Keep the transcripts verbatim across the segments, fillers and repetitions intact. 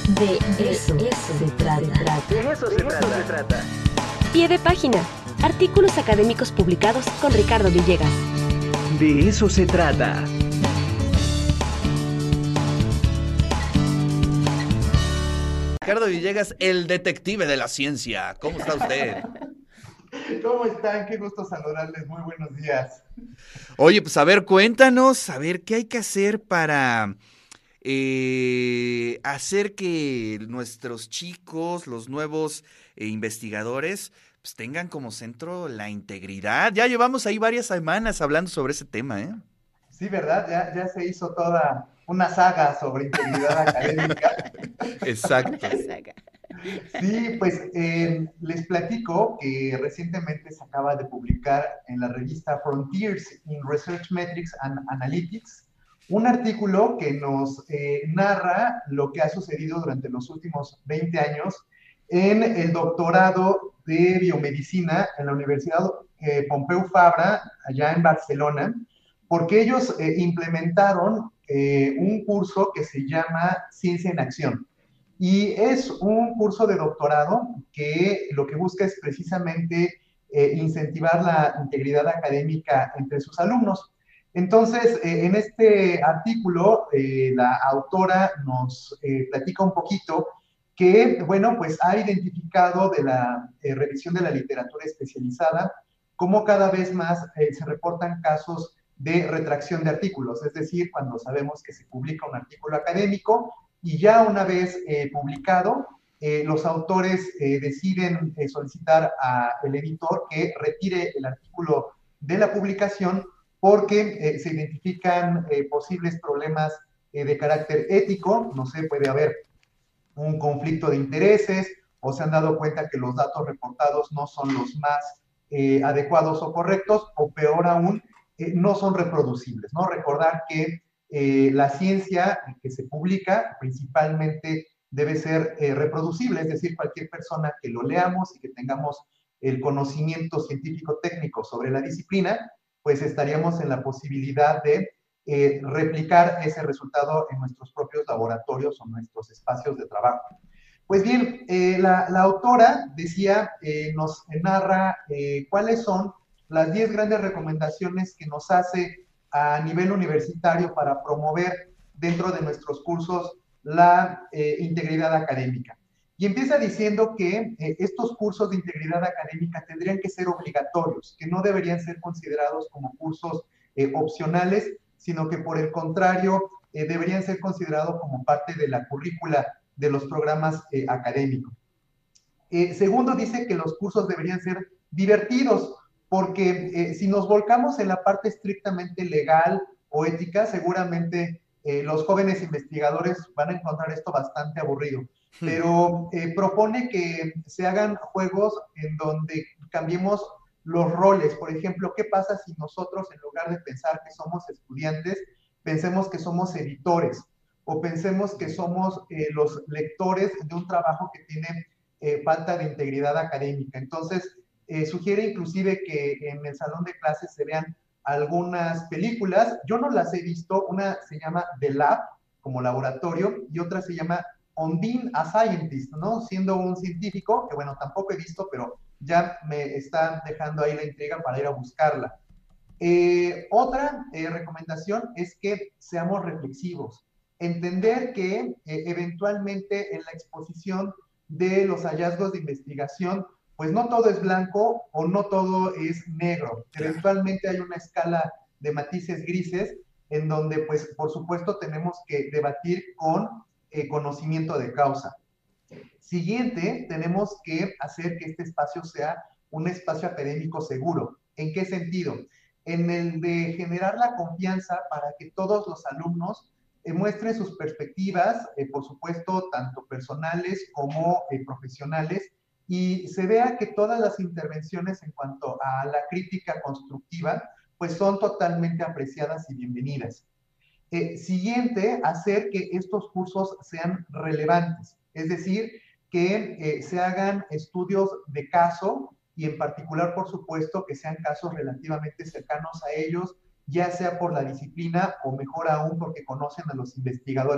De eso, eso se trata. De eso se trata. se trata. Pie de página. Artículos académicos publicados con Ricardo Villegas. De eso se trata. Ricardo Villegas, el detective de la ciencia. ¿Cómo está usted? ¿Cómo están? Qué gusto saludarles. Muy buenos días. Oye, pues a ver, cuéntanos, a ver, ¿qué hay que hacer para eh, hacer que nuestros chicos, los nuevos eh, investigadores, pues tengan como centro la integridad? Ya llevamos ahí varias semanas hablando sobre ese tema, ¿eh? Sí, ¿verdad? Ya, ya se hizo toda una saga sobre integridad académica. Exacto. Sí, pues eh, les platico que recientemente se acaba de publicar en la revista Frontiers in Research Metrics and Analytics un artículo que nos eh, narra lo que ha sucedido durante los últimos veinte años en el doctorado de biomedicina en la Universidad eh, Pompeu Fabra, allá en Barcelona, porque ellos eh, implementaron eh, un curso que se llama Ciencia en Acción. Y es un curso de doctorado que lo que busca es precisamente eh, incentivar la integridad académica entre sus alumnos. Entonces, eh, en este artículo, eh, la autora nos eh, platica un poquito que, bueno, pues ha identificado de la eh, revisión de la literatura especializada cómo cada vez más eh, se reportan casos de retracción de artículos, es decir, cuando sabemos que se publica un artículo académico, y ya una vez eh, publicado, eh, los autores eh, deciden eh, solicitar al editor que retire el artículo de la publicación porque eh, se identifican eh, posibles problemas eh, de carácter ético, no sé, puede haber un conflicto de intereses o se han dado cuenta que los datos reportados no son los más eh, adecuados o correctos, o peor aún, eh, no son reproducibles, ¿no? Recordar que Eh, la ciencia que se publica principalmente debe ser eh, reproducible, es decir, cualquier persona que lo leamos y que tengamos el conocimiento científico técnico sobre la disciplina, pues estaríamos en la posibilidad de eh, replicar ese resultado en nuestros propios laboratorios o nuestros espacios de trabajo. Pues bien, eh, la, la, autora decía, eh, nos narra eh, cuáles son las diez grandes recomendaciones que nos hace a nivel universitario para promover dentro de nuestros cursos la eh, integridad académica. Y empieza diciendo que eh, estos cursos de integridad académica tendrían que ser obligatorios, que no deberían ser considerados como cursos eh, opcionales, sino que por el contrario eh, deberían ser considerados como parte de la currícula de los programas eh, académicos. Eh, segundo, dice que los cursos deberían ser divertidos, porque eh, si nos volcamos en la parte estrictamente legal o ética, seguramente eh, los jóvenes investigadores van a encontrar esto bastante aburrido, pero eh, propone que se hagan juegos en donde cambiemos los roles. Por ejemplo, ¿qué pasa si nosotros, en lugar de pensar que somos estudiantes, pensemos que somos editores, o pensemos que somos eh, los lectores de un trabajo que tiene eh, falta de integridad académica? Entonces, Eh, sugiere inclusive que en el salón de clases se vean algunas películas. Yo no las he visto. Una se llama The Lab, como laboratorio, y otra se llama On Being a Scientist, ¿no? Siendo un científico, que bueno, tampoco he visto, pero ya me están dejando ahí la intriga para ir a buscarla. Eh, otra eh, recomendación es que seamos reflexivos. Entender que eh, eventualmente en la exposición de los hallazgos de investigación, pues no todo es blanco o no todo es negro. Eventualmente hay una escala de matices grises en donde, pues, por supuesto, tenemos que debatir con eh, conocimiento de causa. Siguiente, tenemos que hacer que este espacio sea un espacio académico seguro. ¿En qué sentido? En el de generar la confianza para que todos los alumnos eh, muestren sus perspectivas, eh, por supuesto, tanto personales como eh, profesionales, y se vea que todas las intervenciones en cuanto a la crítica constructiva, pues son totalmente apreciadas y bienvenidas. Eh, siguiente, hacer que estos cursos sean relevantes, es decir, que eh, se hagan estudios de caso y en particular, por supuesto, que sean casos relativamente cercanos a ellos, ya sea por la disciplina o mejor aún porque conocen a los investigadores.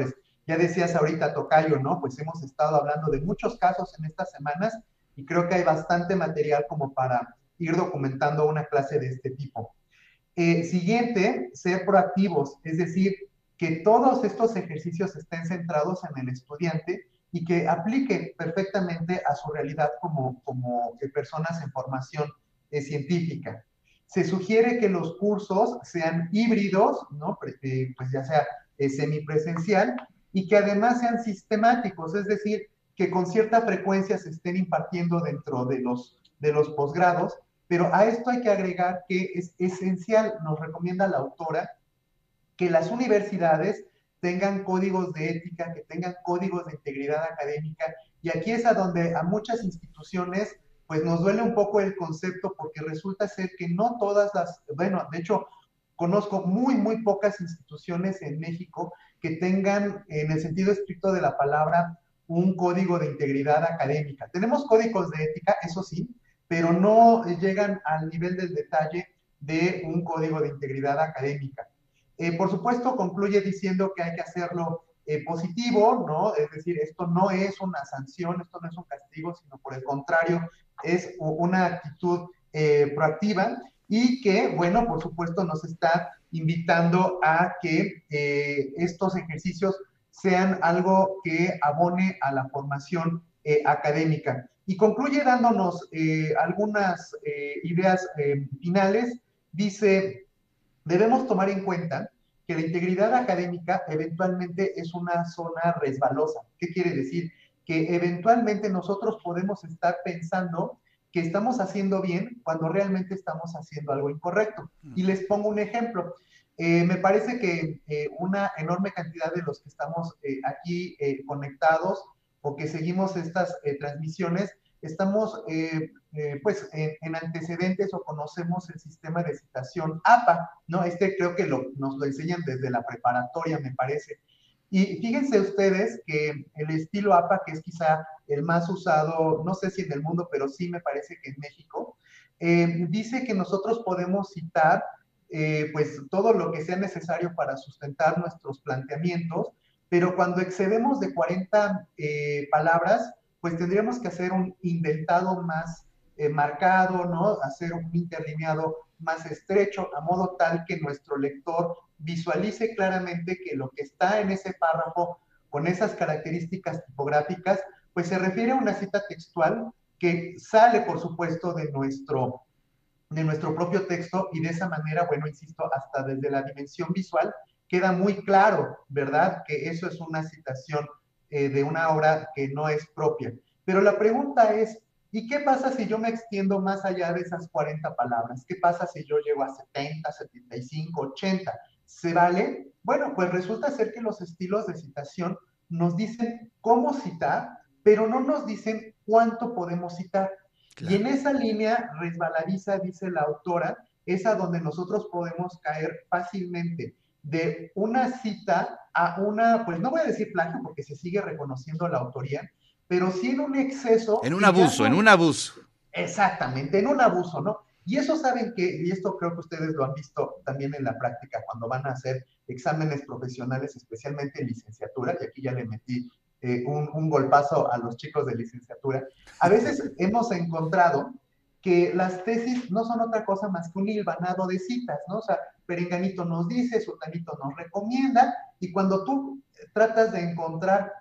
Ya decías ahorita, Tocayo, ¿no? Pues hemos estado hablando de muchos casos en estas semanas y creo que hay bastante material como para ir documentando una clase de este tipo. Eh, siguiente, ser proactivos, es decir, que todos estos ejercicios estén centrados en el estudiante y que aplique perfectamente a su realidad como, como eh, personas en formación eh, científica. Se sugiere que los cursos sean híbridos, ¿no? Eh, pues ya sea eh, semipresencial, y que además sean sistemáticos, es decir, que con cierta frecuencia se estén impartiendo dentro de los, de los posgrados, pero a esto hay que agregar que es esencial, nos recomienda la autora, que las universidades tengan códigos de ética, que tengan códigos de integridad académica, y aquí es a donde a muchas instituciones pues nos duele un poco el concepto, porque resulta ser que no todas las, bueno, de hecho, conozco muy, muy pocas instituciones en México que tengan, en el sentido estricto de la palabra, un código de integridad académica. Tenemos códigos de ética, eso sí, pero no llegan al nivel del detalle de un código de integridad académica. Eh, por supuesto, concluye diciendo que hay que hacerlo eh, positivo, ¿no? Es decir, esto no es una sanción, esto no es un castigo, sino por el contrario, es una actitud eh, proactiva, y que, bueno, por supuesto nos está invitando a que eh, estos ejercicios sean algo que abone a la formación eh, académica. Y concluye dándonos eh, algunas eh, ideas eh, finales. Dice, debemos tomar en cuenta que la integridad académica eventualmente es una zona resbalosa. ¿Qué quiere decir? Que eventualmente nosotros podemos estar pensando que estamos haciendo bien cuando realmente estamos haciendo algo incorrecto. Y les pongo un ejemplo. Eh, me parece que eh, una enorme cantidad de los que estamos eh, aquí eh, conectados o que seguimos estas eh, transmisiones, estamos eh, eh, pues en, en antecedentes o conocemos el sistema de citación A P A, ¿no? Este creo que lo, nos lo enseñan desde la preparatoria, me parece. Y fíjense ustedes que el estilo A P A, que es quizá el más usado, no sé si en el mundo, pero sí me parece que en México, eh, dice que nosotros podemos citar eh, pues todo lo que sea necesario para sustentar nuestros planteamientos, pero cuando excedemos de cuarenta eh, palabras, pues tendríamos que hacer un indentado más eh, marcado, ¿no? Hacer un interlineado más estrecho, a modo tal que nuestro lector visualice claramente que lo que está en ese párrafo, con esas características tipográficas, pues se refiere a una cita textual que sale, por supuesto, de nuestro, de nuestro propio texto, y de esa manera, bueno, insisto, hasta desde la dimensión visual, queda muy claro, ¿verdad?, que eso es una citación eh, de una obra que no es propia. Pero la pregunta es, ¿y qué pasa si yo me extiendo más allá de esas cuarenta palabras? ¿Qué pasa si yo llego a setenta, setenta y cinco, ochenta? ¿Se vale? Bueno, pues resulta ser que los estilos de citación nos dicen cómo citar, pero no nos dicen cuánto podemos citar. Claro. Y en esa línea resbaladiza, dice la autora, es a donde nosotros podemos caer fácilmente, de una cita a una, pues no voy a decir plagio porque se sigue reconociendo la autoría, pero sí en un exceso. En un abuso, no, en un abuso. Exactamente, en un abuso, ¿no? Y eso saben que, y esto creo que ustedes lo han visto también en la práctica cuando van a hacer exámenes profesionales, especialmente en licenciatura, y aquí ya le metí eh, un, un golpazo a los chicos de licenciatura. A veces hemos encontrado que las tesis no son otra cosa más que un hilvanado de citas, ¿no? O sea, Perenganito nos dice, Sultanito nos recomienda, y cuando tú tratas de encontrar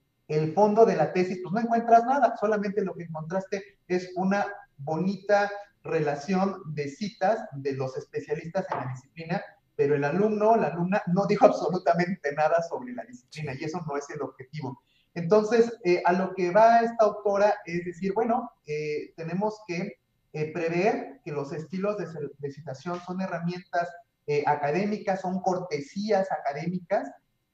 el fondo de la tesis, pues no encuentras nada, solamente lo que encontraste es una bonita relación de citas de los especialistas en la disciplina, pero el alumno, la alumna, no dijo absolutamente nada sobre la disciplina, y eso no es el objetivo. Entonces, eh, a lo que va esta autora es decir, bueno, eh, tenemos que eh, prever que los estilos de, de citación son herramientas eh, académicas, son cortesías académicas,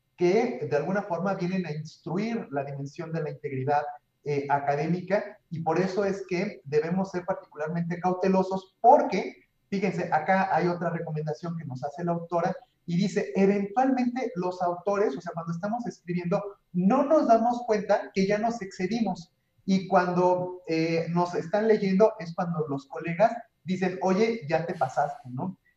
que de alguna forma vienen a instruir la dimensión de la integridad eh, académica, y por eso es que debemos ser particularmente cautelosos, porque, fíjense, acá hay otra recomendación que nos hace la autora, y dice, eventualmente los autores, o sea, cuando estamos escribiendo, no nos damos cuenta que ya nos excedimos, y cuando eh, nos están leyendo es cuando los colegas dicen, oye, ya te pasaste, ¿no?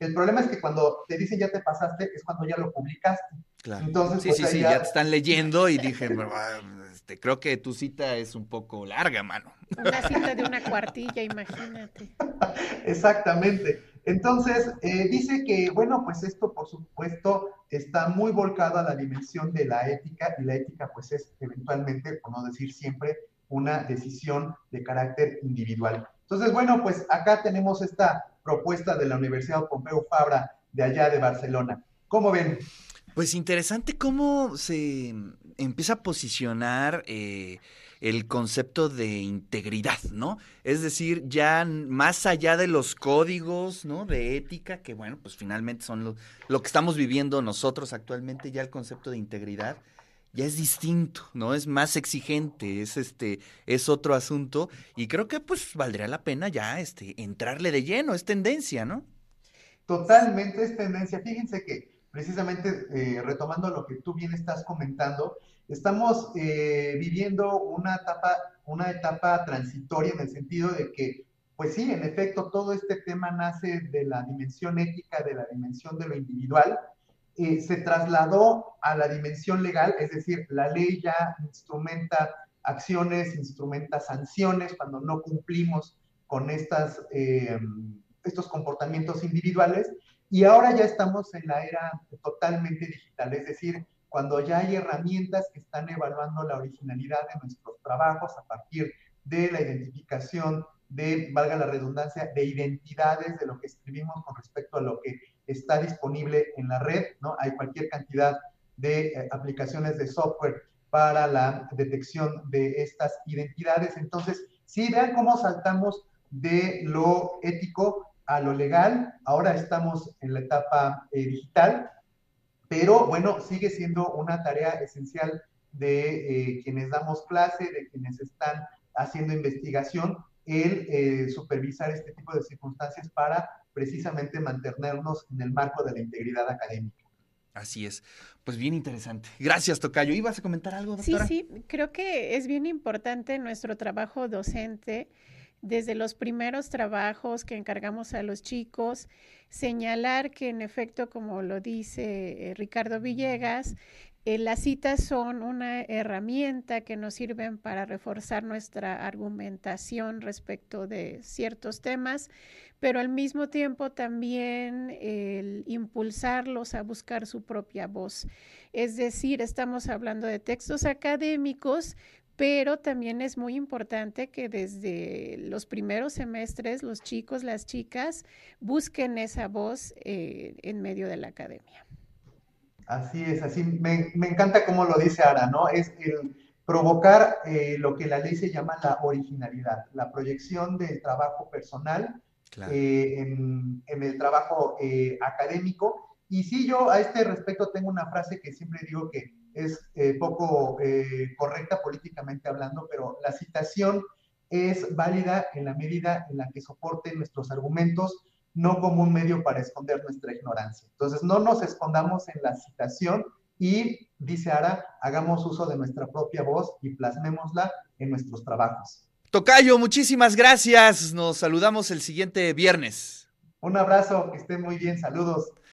El problema es que cuando te dicen ya te pasaste, es cuando ya lo publicaste. Claro. Entonces, Sí, pues sí, ahí sí, ya... ya te están leyendo y dije, "Ah, este, creo que tu cita es un poco larga, mano". Una cita de una cuartilla, imagínate. Exactamente. Entonces, eh, dice que, bueno, pues esto, por supuesto, está muy volcado a la dimensión de la ética, y la ética, pues, es eventualmente, por no decir siempre, una decisión de carácter individual. Entonces, bueno, pues acá tenemos esta propuesta de la Universidad Pompeu Fabra de allá de Barcelona. ¿Cómo ven? Pues interesante cómo se empieza a posicionar eh, el concepto de integridad, ¿no? Es decir, ya n- más allá de los códigos, ¿no? De ética, que bueno, pues finalmente son lo, lo que estamos viviendo nosotros actualmente, ya el concepto de integridad ya es distinto, ¿no? Es más exigente, es este, es otro asunto, y creo que pues valdría la pena ya este, entrarle de lleno, es tendencia, ¿no? Totalmente es tendencia. Fíjense que precisamente eh, retomando lo que tú bien estás comentando, estamos eh, viviendo una etapa, una etapa transitoria en el sentido de que, pues sí, en efecto, todo este tema nace de la dimensión ética, de la dimensión de lo individual, eh, se trasladó a la dimensión legal, es decir, la ley ya instrumenta acciones, instrumenta sanciones cuando no cumplimos con estas, eh, estos comportamientos individuales, y ahora ya estamos en la era totalmente digital, es decir, cuando ya hay herramientas que están evaluando la originalidad de nuestros trabajos a partir de la identificación de, valga la redundancia, de identidades de lo que escribimos con respecto a lo que está disponible en la red, ¿no? Hay cualquier cantidad de eh, aplicaciones de software para la detección de estas identidades. Entonces, sí, vean cómo saltamos de lo ético a lo legal. Ahora estamos en la etapa eh, digital, pero bueno, sigue siendo una tarea esencial de eh, quienes damos clase, de quienes están haciendo investigación, el eh, supervisar este tipo de circunstancias para precisamente mantenernos en el marco de la integridad académica. Así es. Pues bien interesante. Gracias, Tocayo. ¿Ibas a comentar algo, Sí, doctora? sí, creo que es bien importante nuestro trabajo docente, desde los primeros trabajos que encargamos a los chicos, señalar que en efecto, como lo dice eh, Ricardo Villegas, eh, las citas son una herramienta que nos sirven para reforzar nuestra argumentación respecto de ciertos temas, pero al mismo tiempo también el impulsarlos a buscar su propia voz. Es decir, estamos hablando de textos académicos, pero también es muy importante que desde los primeros semestres los chicos, las chicas, busquen esa voz eh, en medio de la academia. Así es, así me, me encanta cómo lo dice Ara, ¿no? Es el provocar eh, lo que la ley se llama la originalidad, la proyección del trabajo personal Claro. eh, en, en, el trabajo eh, académico. Y sí, yo a este respecto tengo una frase que siempre digo que es eh, poco eh, correcta políticamente hablando, pero la citación es válida en la medida en la que soporte nuestros argumentos, no como un medio para esconder nuestra ignorancia. Entonces, no nos escondamos en la citación y, dice Ara, hagamos uso de nuestra propia voz y plasmémosla en nuestros trabajos. Tocayo, muchísimas gracias. Nos saludamos el siguiente viernes. Un abrazo, que estén muy bien, saludos.